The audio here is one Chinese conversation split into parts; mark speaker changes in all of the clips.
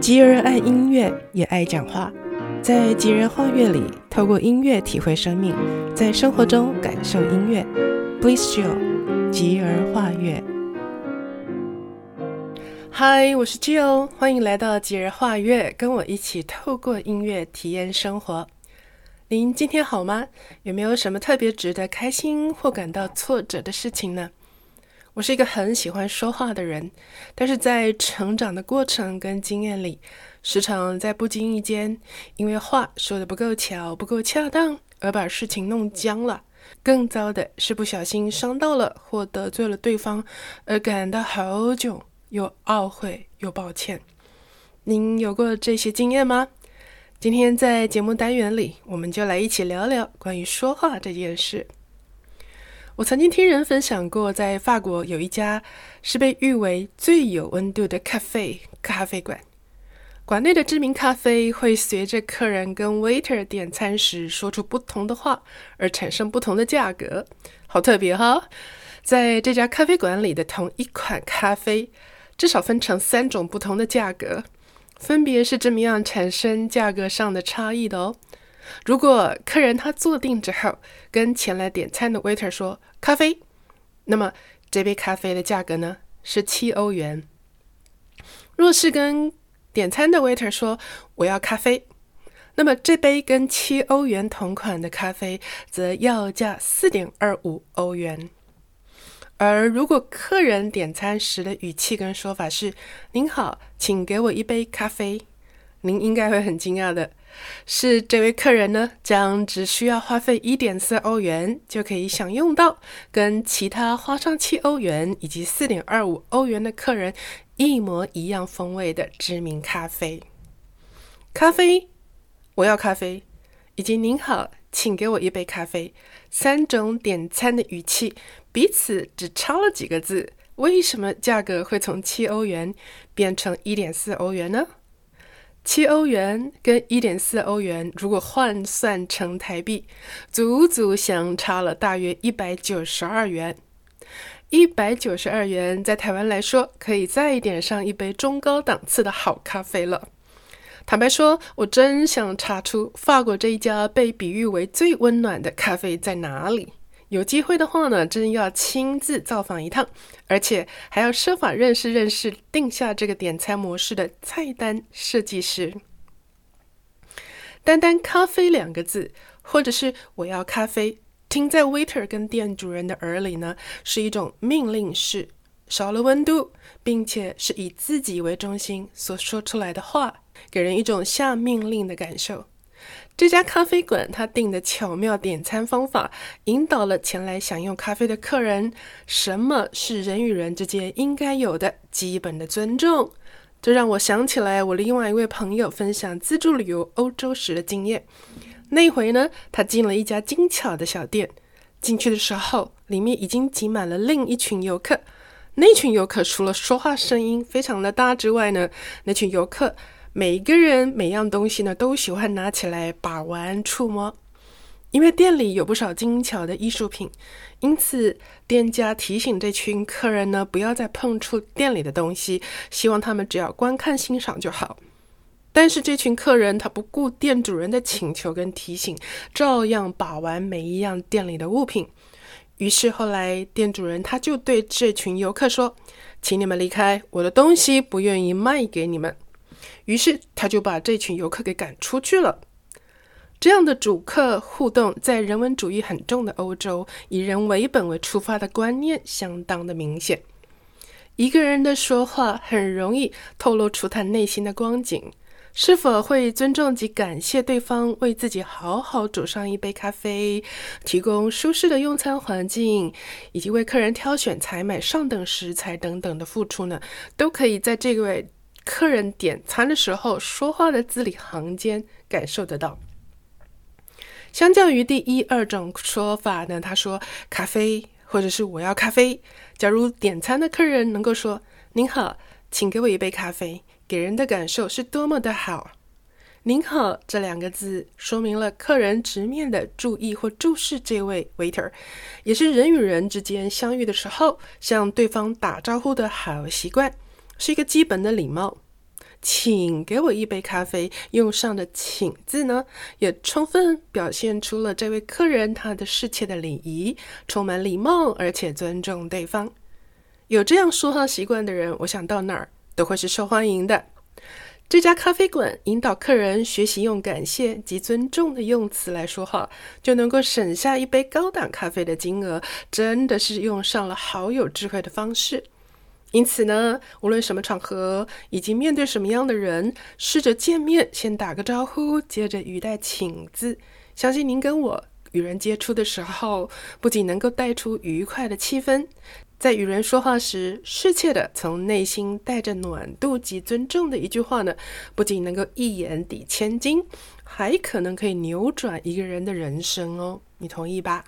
Speaker 1: 吉儿爱音乐，也爱讲话。在吉儿画乐里，透过音乐体会生命，在生活中感受音乐。Bliss Jill， 吉儿画乐。嗨，我是 Jill， 欢迎来到吉儿画乐，跟我一起透过音乐体验生活。您今天好吗？有没有什么特别值得开心或感到挫折的事情呢？我是一个很喜欢说话的人，但是在成长的过程跟经验里，时常在不经意间，因为话说得不够巧、不够恰当，而把事情弄僵了。更糟的是不小心伤到了或得罪了对方，而感到好久，又懊悔又抱歉。您有过这些经验吗？今天在节目单元里，我们就来一起聊聊关于说话这件事。我曾经听人分享过，在法国有一家是被誉为最有温度的咖啡馆。馆内的知名咖啡会随着客人跟 waiter 点餐时说出不同的话而产生不同的价格，好特别哈！在这家咖啡馆里的同一款咖啡，至少分成3种不同的价格，分别是这么样产生价格上的差异的哦。如果客人他坐定之后跟前来点餐的 waiter 说咖啡，那么这杯咖啡的价格呢是7欧元。若是跟点餐的 waiter 说我要咖啡，那么这杯跟7欧元同款的咖啡则要价 4.25 欧元。而如果客人点餐时的语气跟说法是您好，请给我一杯咖啡，您应该会很惊讶的是，这位客人呢，将只需要花费 1.4 欧元就可以享用到跟其他花上7欧元以及 4.25 欧元的客人一模一样风味的知名咖啡。咖啡，我要咖啡，以及您好，请给我一杯咖啡，3种点餐的语气彼此只差了几个字，为什么价格会从7欧元变成 1.4 欧元呢？7欧元跟 1.4 欧元如果换算成台币，足足相差了大约192元。192元在台湾来说，可以再点上一杯中高档次的好咖啡了。坦白说，我真想查出法国这一家被比喻为最温暖的咖啡在哪里。有机会的话呢，真要亲自造访一趟，而且还要设法认识定下这个点餐模式的菜单设计师。单单咖啡2个字，或者是我要咖啡，听在 waiter 跟店主人的耳里呢，是一种命令式，少了温度，并且是以自己为中心所说出来的话，给人一种下命令的感受。这家咖啡馆他定的巧妙点餐方法，引导了前来享用咖啡的客人，什么是人与人之间应该有的基本的尊重。这让我想起来我另外一位朋友分享自助旅游欧洲时的经验。那回呢，他进了一家精巧的小店，进去的时候里面已经挤满了另一群游客。那群游客除了说话声音非常的大之外呢，那群游客每个人每样东西呢都喜欢拿起来把玩触摸。因为店里有不少精巧的艺术品，因此店家提醒这群客人呢不要再碰触店里的东西，希望他们只要观看欣赏就好。但是这群客人他不顾店主人的请求跟提醒，照样把玩每一样店里的物品。于是后来店主人他就对这群游客说，请你们离开，我的东西不愿意卖给你们。于是他就把这群游客给赶出去了。这样的主客互动，在人文主义很重的欧洲，以人为本为出发的观念相当的明显。一个人的说话很容易透露出他内心的光景，是否会尊重及感谢对方为自己好好煮上一杯咖啡，提供舒适的用餐环境，以及为客人挑选采买上等食材等等的付出呢，都可以在这位客人点餐的时候说话的字里行间感受得到。相较于第1、2种说法呢，他说咖啡或者是我要咖啡，假如点餐的客人能够说您好，请给我一杯咖啡，给人的感受是多么的好。您好这2个字说明了客人直面的注意或注视这位 waiter， 也是人与人之间相遇的时候向对方打招呼的好习惯，是一个基本的礼貌。 请给我一杯咖啡用上的请字呢，也充分表现出了这位客人他的适切的礼仪，充满礼貌而且尊重对方。有这样说话习惯的人，我想到哪儿都会是受欢迎的。这家咖啡馆引导客人学习用感谢及尊重的用词来说话，就能够省下一杯高档咖啡的金额，真的是用上了好有智慧的方式。因此呢，无论什么场合以及面对什么样的人，试着见面先打个招呼，接着语带请字，相信您跟我与人接触的时候，不仅能够带出愉快的气氛，在与人说话时，适切的从内心带着暖度及尊重的一句话呢，不仅能够一言抵千金，还可能可以扭转一个人的人生哦，你同意吧？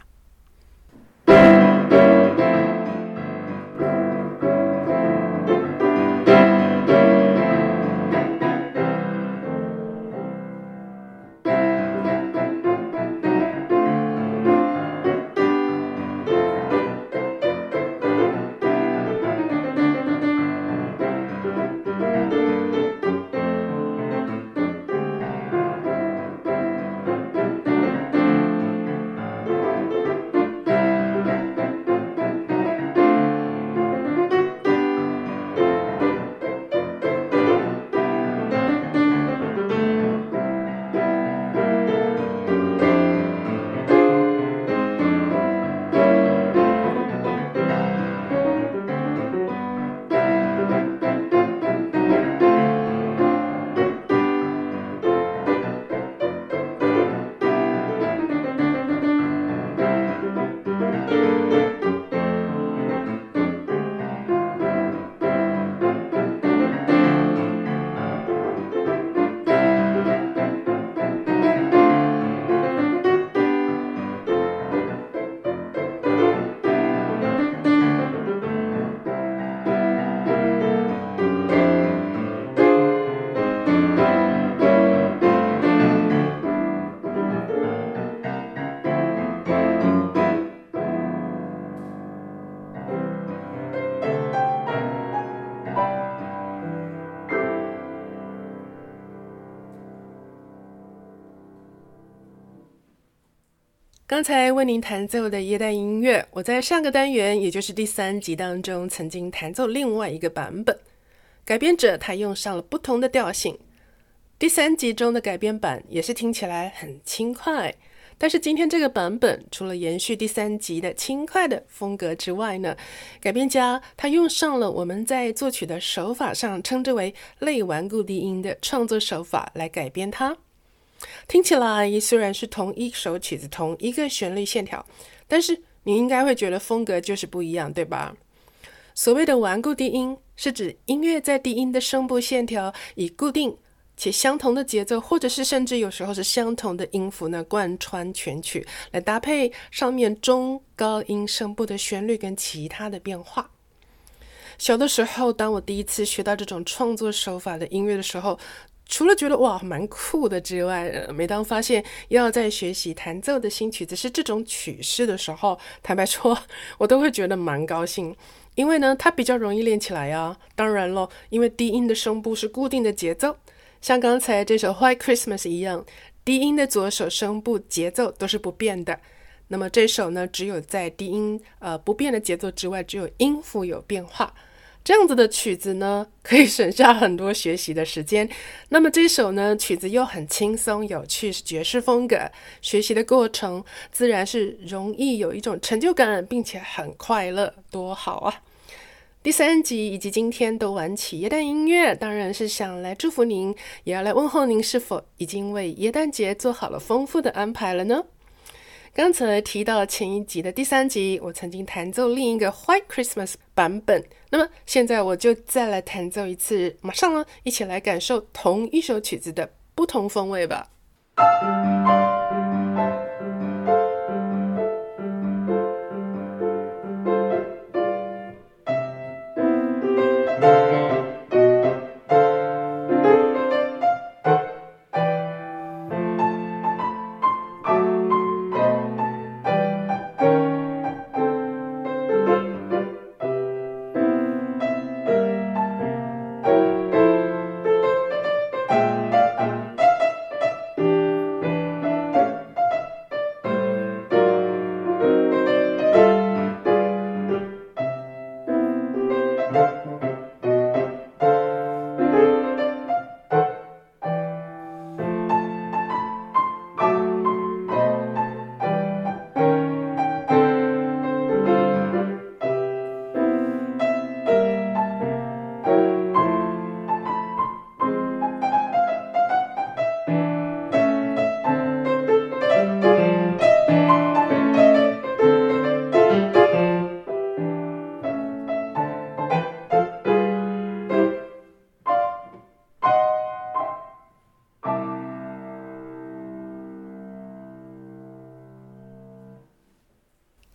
Speaker 1: 刚才为您弹奏的耶诞音乐，我在上个单元，也就是第3集当中曾经弹奏另外一个版本，改编者他用上了不同的调性。第3集中的改编版也是听起来很轻快，但是今天这个版本除了延续第3集的轻快的风格之外呢，改编家他用上了我们在作曲的手法上称之为类顽固低音的创作手法来改编它。听起来虽然是同一首曲子，同一个旋律线条，但是你应该会觉得风格就是不一样，对吧？所谓的顽固低音，是指音乐在低音的声部线条以固定且相同的节奏，或者是甚至有时候是相同的音符呢，贯穿全曲，来搭配上面中高音声部的旋律跟其他的变化。小的时候，当我第一次学到这种创作手法的音乐的时候，除了觉得哇蛮酷的之外，每当发现要在学习弹奏的新曲子是这种曲式的时候，坦白说我都会觉得蛮高兴，因为呢它比较容易练起来啊。当然咯，因为低音的声部是固定的节奏，像刚才这首 White Christmas 一样，低音的左手声部节奏都是不变的，那么这首呢只有在低音不变的节奏之外，只有音符有变化。这样子的曲子呢，可以省下很多学习的时间。那么这首呢，曲子又很轻松有趣，是爵士风格，学习的过程自然是容易有一种成就感，并且很快乐，多好啊！第3集以及今天都玩起耶诞音乐，当然是想来祝福您，也要来问候您是否已经为耶诞节做好了丰富的安排了呢？刚才提到前一集的第3集，我曾经弹奏另一个 White Christmas 版本，那么现在我就再来弹奏一次，马上呢一起来感受同一首曲子的不同风味吧。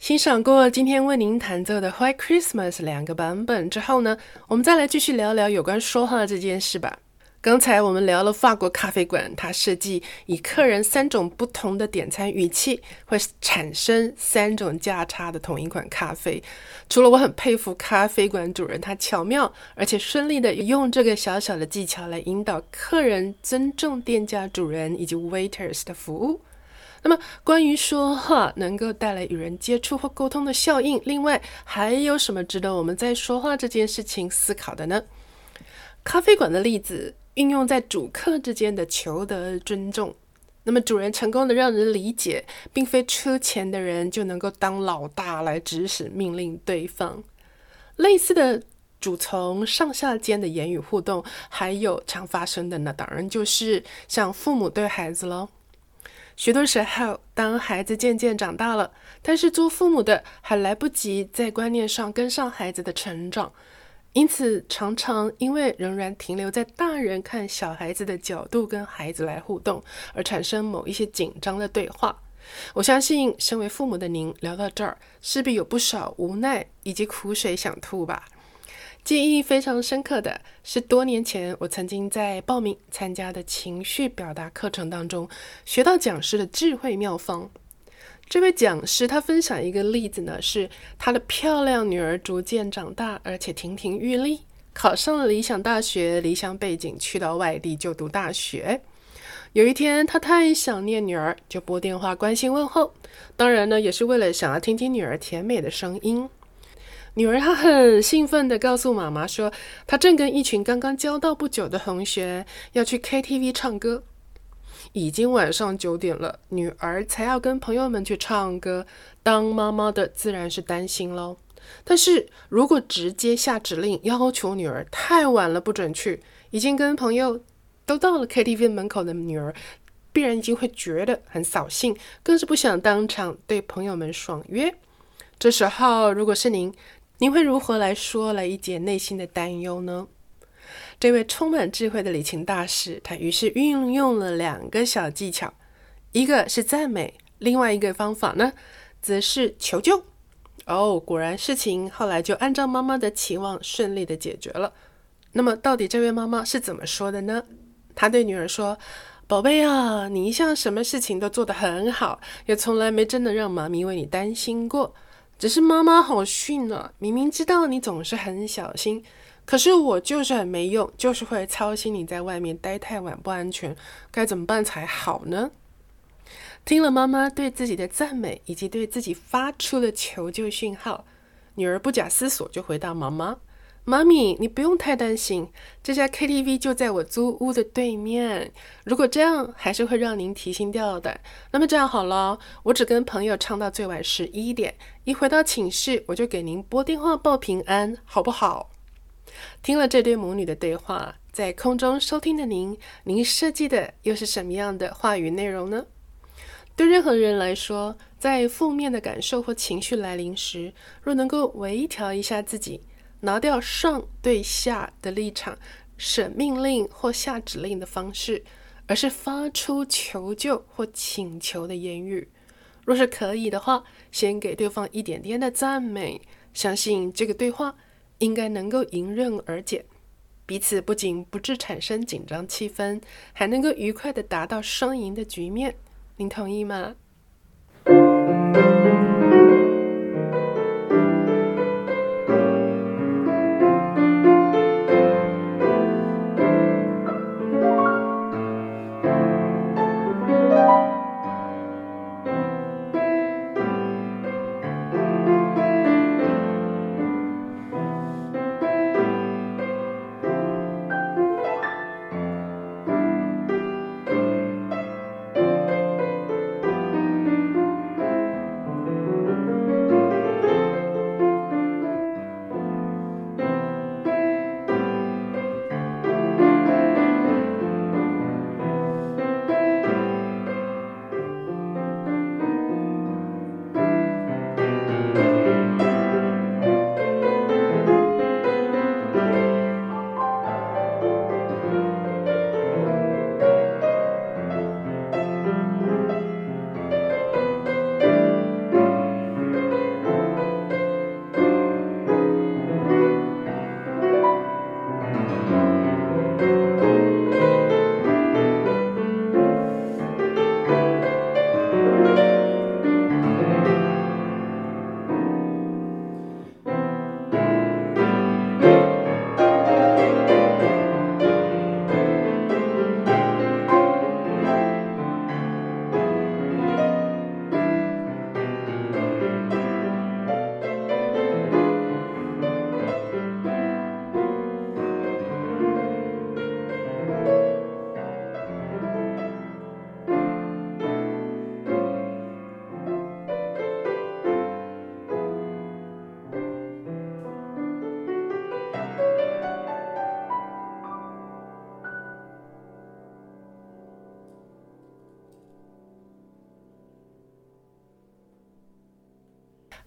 Speaker 1: 欣赏过今天为您弹奏的《White Christmas》两个版本之后呢，我们再来继续聊聊有关说话这件事吧。刚才我们聊了法国咖啡馆，它设计以客人3种不同的点餐语气，会产生3种价差的同一款咖啡。除了我很佩服咖啡馆主人，他巧妙而且顺利的用这个小小的技巧来引导客人尊重店家主人以及 waiters 的服务。那么关于说话能够带来与人接触或沟通的效应，另外还有什么值得我们在说话这件事情思考的呢？咖啡馆的例子运用在主客之间的求得尊重，那么主人成功的让人理解，并非出钱的人就能够当老大来指使命令对方。类似的主从上下间的言语互动，还有常发生的呢，当然就是像父母对孩子咯。许多时候，当孩子渐渐长大了，但是做父母的还来不及在观念上跟上孩子的成长，因此常常因为仍然停留在大人看小孩子的角度跟孩子来互动，而产生某一些紧张的对话。我相信身为父母的您聊到这儿，势必有不少无奈以及苦水想吐吧。记忆非常深刻的是多年前我曾经在报名参加的情绪表达课程当中学到讲师的智慧妙方。这位讲师他分享一个例子呢，是他的漂亮女儿逐渐长大，而且亭亭玉立，考上了理想大学，离乡背井去到外地就读大学。有一天他太想念女儿，就拨电话关心问候，当然呢也是为了想要听听女儿甜美的声音。女儿她很兴奋地告诉妈妈说，她正跟一群刚刚交到不久的同学要去 KTV 唱歌。已经晚上9点了，女儿才要跟朋友们去唱歌，当妈妈的自然是担心咯。但是如果直接下指令要求女儿太晚了不准去，已经跟朋友都到了 KTV 门口的女儿必然已经会觉得很扫兴，更是不想当场对朋友们爽约。这时候如果是您会如何来说来一解内心的担忧呢？这位充满智慧的理情大师，他于是运用了2个小技巧，一个是赞美，另外一个方法呢则是求救。果然事情后来就按照妈妈的期望顺利的解决了。那么到底这位妈妈是怎么说的呢？她对女儿说，宝贝啊，你一向什么事情都做得很好，也从来没真的让妈咪为你担心过，只是妈妈好逊啊，明明知道你总是很小心，可是我就是很没用，就是会操心你在外面待太晚不安全，该怎么办才好呢？听了妈妈对自己的赞美以及对自己发出的求救讯号，女儿不假思索就回答妈妈，妈咪，你不用太担心，这家 KTV 就在我租屋的对面，如果这样还是会让您提心吊胆，那么这样好了，我只跟朋友唱到最晚11点，一回到寝室我就给您拨电话报平安，好不好？听了这对母女的对话，在空中收听的您设计的又是什么样的话语内容呢？对任何人来说，在负面的感受或情绪来临时，若能够微调一下自己，拿掉上对下的立场，省命令或下指令的方式，而是发出求救或请求的言语。若是可以的话，先给对方一点点的赞美，相信这个对话应该能够迎刃而解，彼此不仅不致产生紧张气氛，还能够愉快地达到双赢的局面。您同意吗？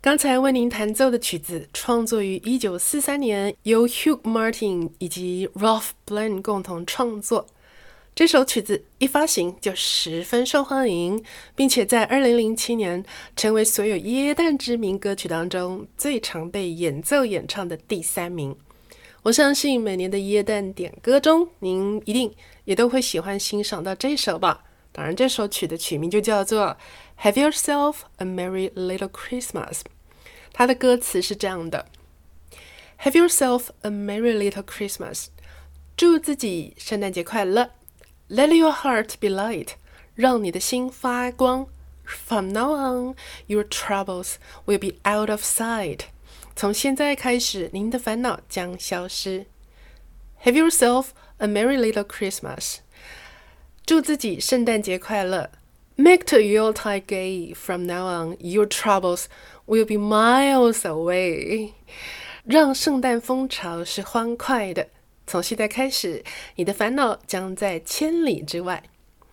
Speaker 1: 刚才为您弹奏的曲子创作于1943年，由 Hugh Martin 以及 Ralph Blane 共同创作。这首曲子一发行就十分受欢迎，并且在2007年成为所有耶诞知名歌曲当中最常被演奏演唱的第3名。我相信每年的耶诞点歌中，您一定也都会喜欢欣赏到这首吧。当然，这首曲的曲名就叫做 Have Yourself a Merry Little Christmas。 它的歌词是这样的： Have yourself a merry little Christmas， 祝自己圣诞节快乐。 Let your heart be light， 让你的心发光。 From now on, your troubles will be out of sight， 从现在开始，您的烦恼将消失。 Have yourself a merry little Christmas， 祝自己圣诞节快乐。 Make the Yuletide gay. From now on, your troubles will be miles away， 让圣诞风潮是欢快的，从现在开始，你的烦恼将在千里之外。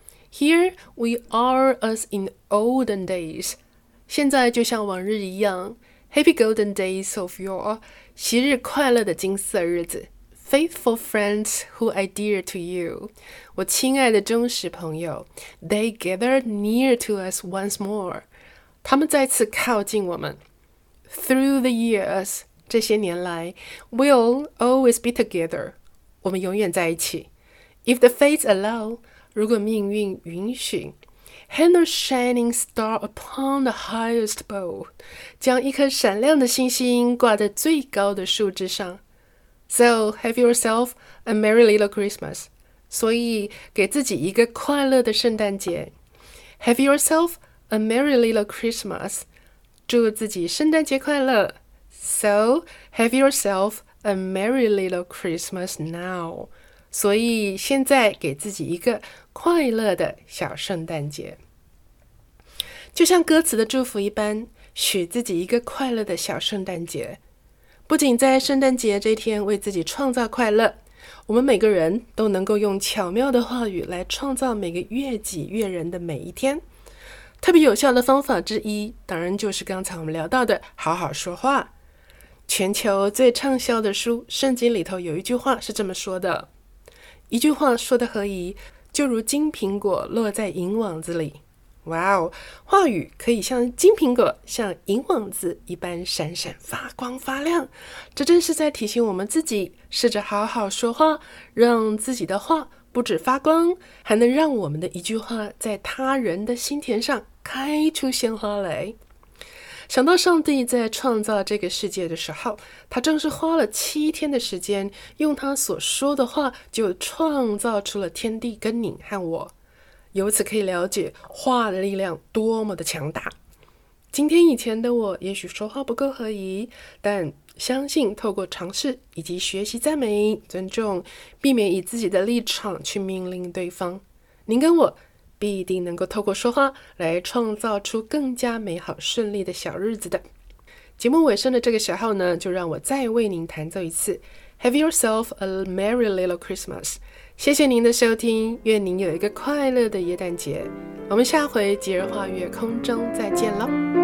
Speaker 1: Here we are as in olden days， 现在就像往日一样。 Happy golden days of yore， 昔日快乐的金色日子。 Faithful friends who I dear to you， 我亲爱的忠实朋友。 They gathered near to us once more， 他们再次靠近我们。 Through the years， 这些年来。 We'll always be together， 我们永远在一起。 If the fates allow， 如果命运允许。 Hang a shining star upon the highest bough， 将一颗闪亮的星星挂在最高的树枝上。 So have yourself a merry little Christmas， 所以给自己一个快乐的圣诞节。 Have yourself a merry little Christmas， 祝自己圣诞节快乐。 So have yourself a merry little Christmas now， 所以现在给自己一个快乐的小圣诞节。就像歌词的祝福一般，许自己一个快乐的小圣诞节。不仅在圣诞节这一天为自己创造快乐，我们每个人都能够用巧妙的话语来创造每个悦己悦人的每一天。特别有效的方法之一，当然就是刚才我们聊到的好好说话。全球最畅销的书圣经里头有一句话是这么说的：一句话说得合宜，就如金苹果落在银网子里。哇哦，话语可以像金苹果，像银网子一般闪闪发光发亮。这正是在提醒我们自己，试着好好说话，让自己的话不止发光，还能让我们的一句话在他人的心田上开出鲜花来。想到上帝在创造这个世界的时候，他正是花了7天的时间，用他所说的话就创造出了天地跟你和我。由此可以了解话的力量多么的强大。今天以前的我也许说话不够合宜，但相信透过尝试以及学习赞美、尊重，避免以自己的立场去命令对方，您跟我必定能够透过说话来创造出更加美好顺利的小日子的。节目尾声的这个时候呢，就让我再为您弹奏一次 Have yourself a merry little Christmas。 谢谢您的收听，愿您有一个快乐的耶诞节。我们下回节日化乐空中再见了。